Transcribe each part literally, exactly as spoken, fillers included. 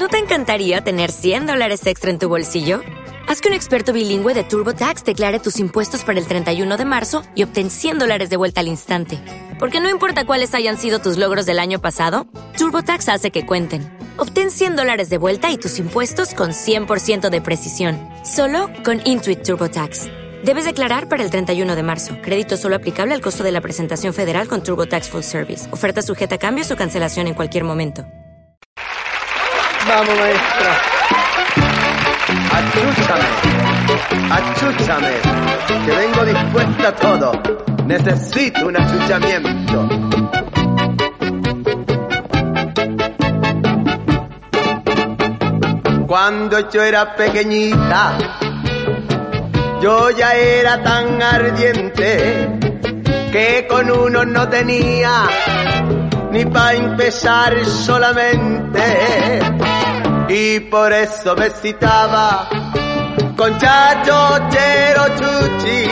¿No te encantaría tener cien dólares extra en tu bolsillo? Haz que un experto bilingüe de TurboTax declare tus impuestos para el treinta y uno de marzo y obtén cien dólares de vuelta al instante. Porque no importa cuáles hayan sido tus logros del año pasado, TurboTax hace que cuenten. Obtén cien dólares de vuelta y tus impuestos con cien por ciento de precisión. Solo con Intuit TurboTax. Debes declarar para el treinta y uno de marzo. Crédito solo aplicable al costo de la presentación federal con TurboTax Full Service. Oferta sujeta a cambios o cancelación en cualquier momento. Vamos, maestra. Achúchame. Achúchame. Que vengo dispuesta a todo. Necesito un achuchamiento. Cuando yo era pequeñita, yo ya era tan ardiente que con uno no tenía ni pa' empezar solamente. Y por eso me citaba con Chacho, Chero, Chuchi.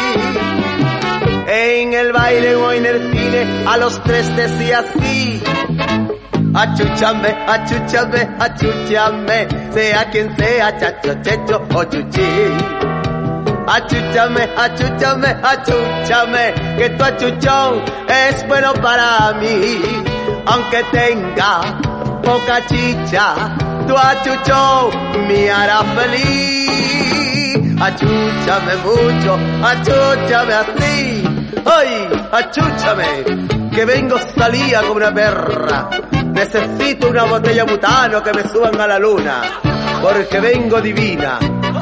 En el baile o en el cine a los tres decía así: achúchame, achúchame, achúchame, sea quien sea, Chacho, Checho o Chuchi. Achúchame, achúchame, achúchame, que tu achuchón es bueno para mí. Aunque tenga poca chicha, tu achuchón me hará feliz. Achúchame mucho, achúchame así. ¡Ay! Achúchame, que vengo salía como una perra. Necesito una botella butano que me suban a la luna, porque vengo divina.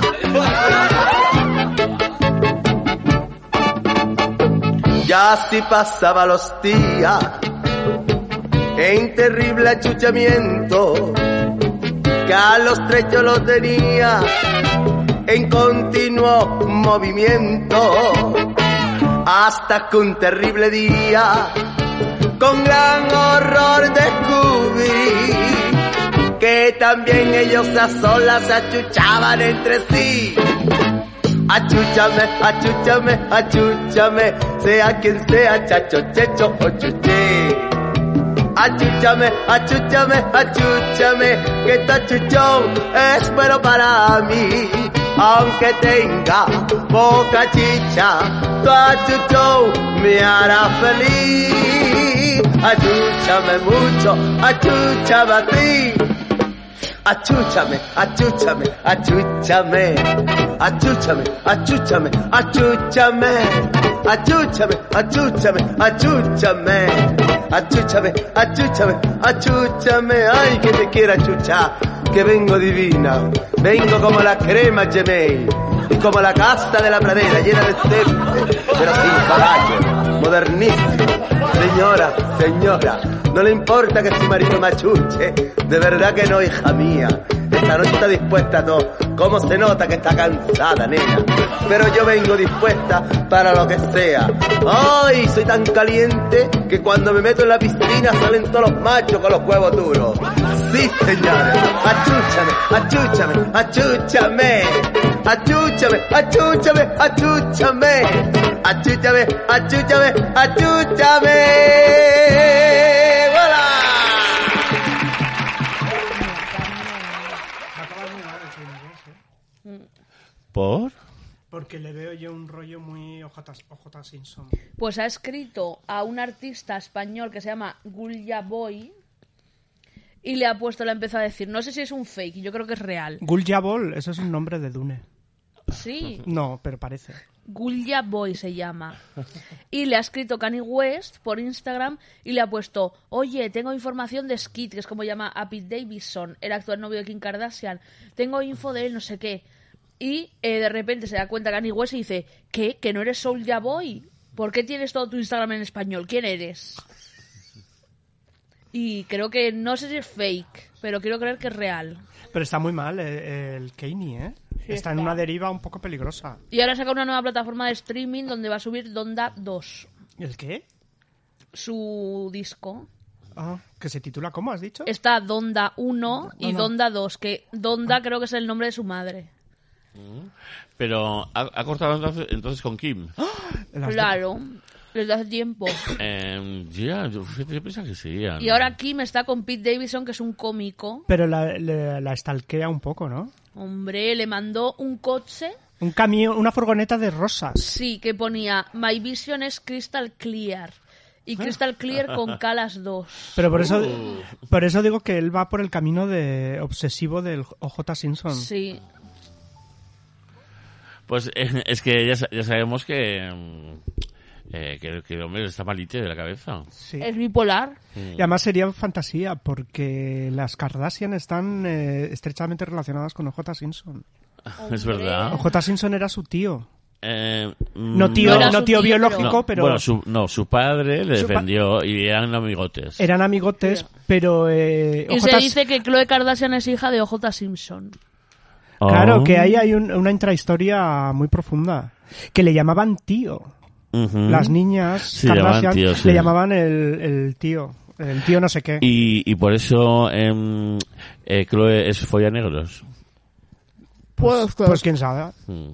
Ya así pasaba los días en terrible achuchamiento, que a los tres yo los tenía en continuo movimiento, hasta que un terrible día con gran horror descubrí que también ellos a solas se achuchaban entre sí. Achúchame, achúchame, achúchame, sea quien sea, Chacho, Checho o Chuchi. Achúchame, achúchame, achúchame, que tu achuchón es bueno para mí. Aunque tenga poca chicha, tu achuchón me hará feliz. Achúchame mucho, achúchame a ti. Achúchame, achúchame, achúchame, achúchame, achúchame, achúchame, achúchame, achúchame, achúchame, achúchame, achúchame, achúchame, ay que te quiera achuchar, que vengo divina, vengo como la crema Gmail y como la casta de la pradera llena de césped, pero sin caballo, modernísimo. Señora, señora, no le importa que su marido me achuche, de verdad que no, hija mía. Esta noche está dispuesta a todo. Cómo se nota que está cansada, nena. Pero yo vengo dispuesta para lo que sea. Ay, soy tan caliente que cuando me meto en la piscina salen todos los machos con los huevos duros. Sí, señores. Achúchame, achúchame, achúchame. Achúchame, achúchame, achúchame. Achúchame, achúchame, achúchame. ¡Hola! ¿Por? Porque le veo yo un rollo muy O J, O J Simpson. Pues ha escrito a un artista español que se llama Gulya Boy y le ha puesto, le ha empezado a decir, no sé si es un fake, yo creo que es real. Gulya Ball, eso es un nombre de Dune. Sí. No, pero parece. Gulya Boy se llama. Y le ha escrito Kanye West por Instagram y le ha puesto, oye, tengo información de Skid, que es como llama a Pete Davidson, el actual novio de Kim Kardashian. Tengo info de él, no sé qué. Y eh, de repente se da cuenta Kanye West y dice, ¿qué? ¿Que no eres Soulja Boy? ¿Por qué tienes todo tu Instagram en español? ¿Quién eres? Y creo que, no sé si es fake, pero quiero creer que es real. Pero está muy mal el, el Kanye, ¿eh? Sí, está, está en una deriva un poco peligrosa. Y ahora saca una nueva plataforma de streaming donde va a subir Donda dos. ¿El qué? Su disco. Ah, ¿que se titula cómo, has dicho? Está Donda uno y no, no. Donda dos, que Donda ah. creo que es el nombre de su madre. Pero ha, ha cortado entonces, entonces con Kim. Claro. Desde hace tiempo. Eh, ya, yo, yo pensaba que seguían. Y ahora Kim está con Pete Davidson, que es un cómico. Pero la, la, la stalkea un poco, ¿no? Hombre, le mandó un coche. Un camión, una furgoneta de rosas. Sí, que ponía My Vision es Crystal Clear. Y Crystal Clear con K las dos. Pero por eso, por eso digo que él va por el camino de obsesivo del O J Simpson. Sí. Pues eh, es que ya, ya sabemos que, eh, que, que el hombre está malito de la cabeza. Sí. Es bipolar. Y además sería fantasía, porque las Kardashian están eh, estrechamente relacionadas con O J Simpson. Es verdad. O J Simpson era su tío. Eh, No tío, No era no su tío tío, biológico, no, pero... Bueno, su, no, su padre le Su pa- defendió y eran amigotes. Eran amigotes, pero... Eh, Y O se J dice que Khloe Kardashian es hija de O J Simpson. Claro, Oh. que ahí hay un- una intrahistoria muy profunda. Que le llamaban tío. Ujú. Las niñas Sí, Kardashian llamaban tío, sí. le llamaban el, el tío. El tío no sé qué. Y, y por eso eh, eh, Khloe es follanegros. Pues, pues quién sabe. Mm.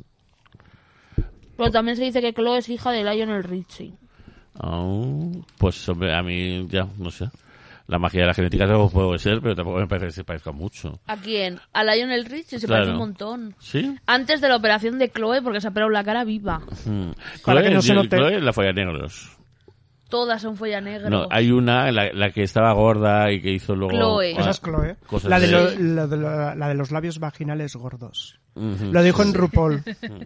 Pero también se dice que Khloe es hija de Lionel Richie. Oh, pues hombre, a mí ya, no sé. La magia de la genética tampoco puede ser, pero tampoco me parece que se parezca mucho. ¿A quién? A Lionel Richie, se Claro. parece un montón. ¿Sí? Antes de la operación de Khloe, porque se ha operado la cara viva. Mm. Para Khloe, que no se yo- note. Khloe es la follanegros. Todas son folla negro. No, hay una, la, la que estaba gorda y que hizo luego... Chloe. ah, Esa es Chloe. cosas La de, de- lo- la, de lo- la de los labios vaginales gordos. Ujú. Lo dijo en RuPaul.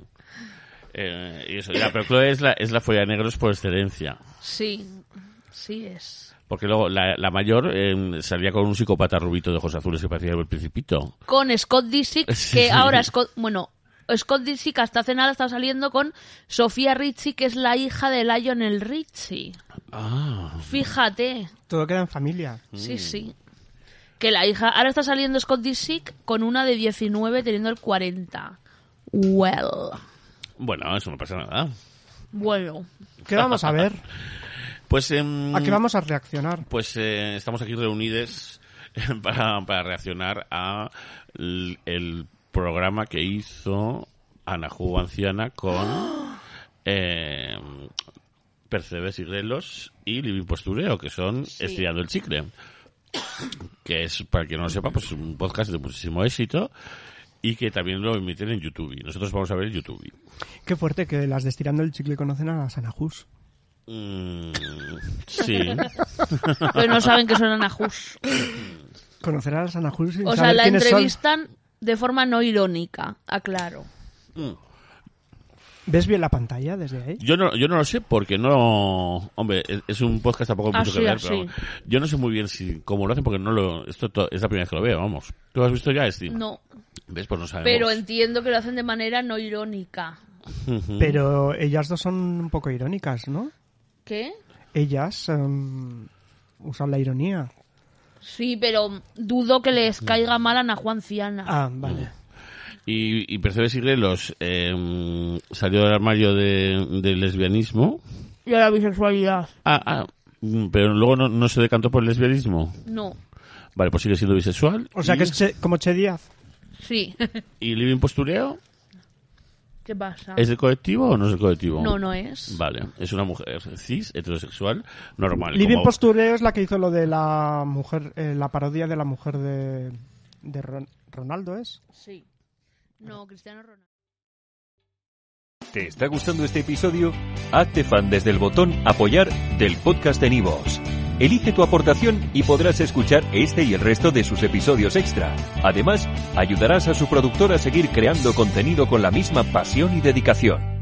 Eh, y eso, ya, pero Chloe es la, es la follanegros por excelencia. Sí, sí es. Porque luego la, la mayor eh, salía con un psicópata rubito de ojos azules que parecía el Principito. Con Scott Disick, Sí, que sí. ahora Scott... Bueno, Scott Disick hasta hace nada está saliendo con Sofía Richie, que es la hija de Lionel Richie. Ah. Fíjate. Todo queda en familia. Sí, sí. Que la hija... Ahora está saliendo Scott Disick con una de diecinueve teniendo el cuarenta. Well. Bueno, eso no pasa nada. Bueno. ¿Qué vamos a ver? Pues, em, ¿A qué vamos a reaccionar? pues eh, estamos aquí reunidos para, para reaccionar a l- el programa que hizo Ana Ju Anciana con eh, Percebes y Grelos y Living Postureo, que son Sí. Estirando el Chicle, que es, para quien no lo sepa, pues un podcast de muchísimo éxito y que también lo emiten en YouTube. Y nosotros vamos a ver YouTube. Qué fuerte que las de Estirando el Chicle conocen a las Anajus. Mm, sí. Pero no saben que son Anajus. Conocer a las Anajus sin O sea, saber la quiénes son. entrevistan de forma no irónica, aclaro. ¿Ves bien la pantalla desde ahí? Yo no, yo no lo sé porque no... Hombre, es, es un podcast tampoco mucho Así, que ver, así. pero yo no sé muy bien si cómo lo hacen porque no lo... Esto to- es la primera vez que lo veo, vamos. ¿Tú lo has visto ya, Esti? No, ¿Ves? Pues no sabemos. pero entiendo que lo hacen de manera no irónica. Ujú. Pero ellas dos son un poco irónicas, ¿no? ¿Qué? Ellas em, usan la ironía. Sí, pero dudo que les caiga mal a Ana Juanciana. Ah, vale. Y, y Percebes y Grelos eh, salió del armario de, del lesbianismo. Y a la bisexualidad. Ah, ah, mm, pero luego no, no se decantó por el lesbianismo. No. Vale, pues sigue siendo bisexual. O sea y, que es che- como Che Díaz. Sí. ¿Y Living Postureo? ¿Qué pasa? ¿Es del colectivo o no es del colectivo? No, no es. Vale, es una mujer cis, heterosexual, normal. Living como- Postureo es la que hizo lo de la mujer, eh, la parodia de la mujer de, de Ron- Ronaldo, ¿es? Sí. No, Cristiano Ronaldo. ¿Te está gustando este episodio? Hazte fan desde el botón Apoyar del podcast de Nivos. Elige tu aportación y podrás escuchar este y el resto de sus episodios extra. Además, ayudarás a su productor a seguir creando contenido con la misma pasión y dedicación.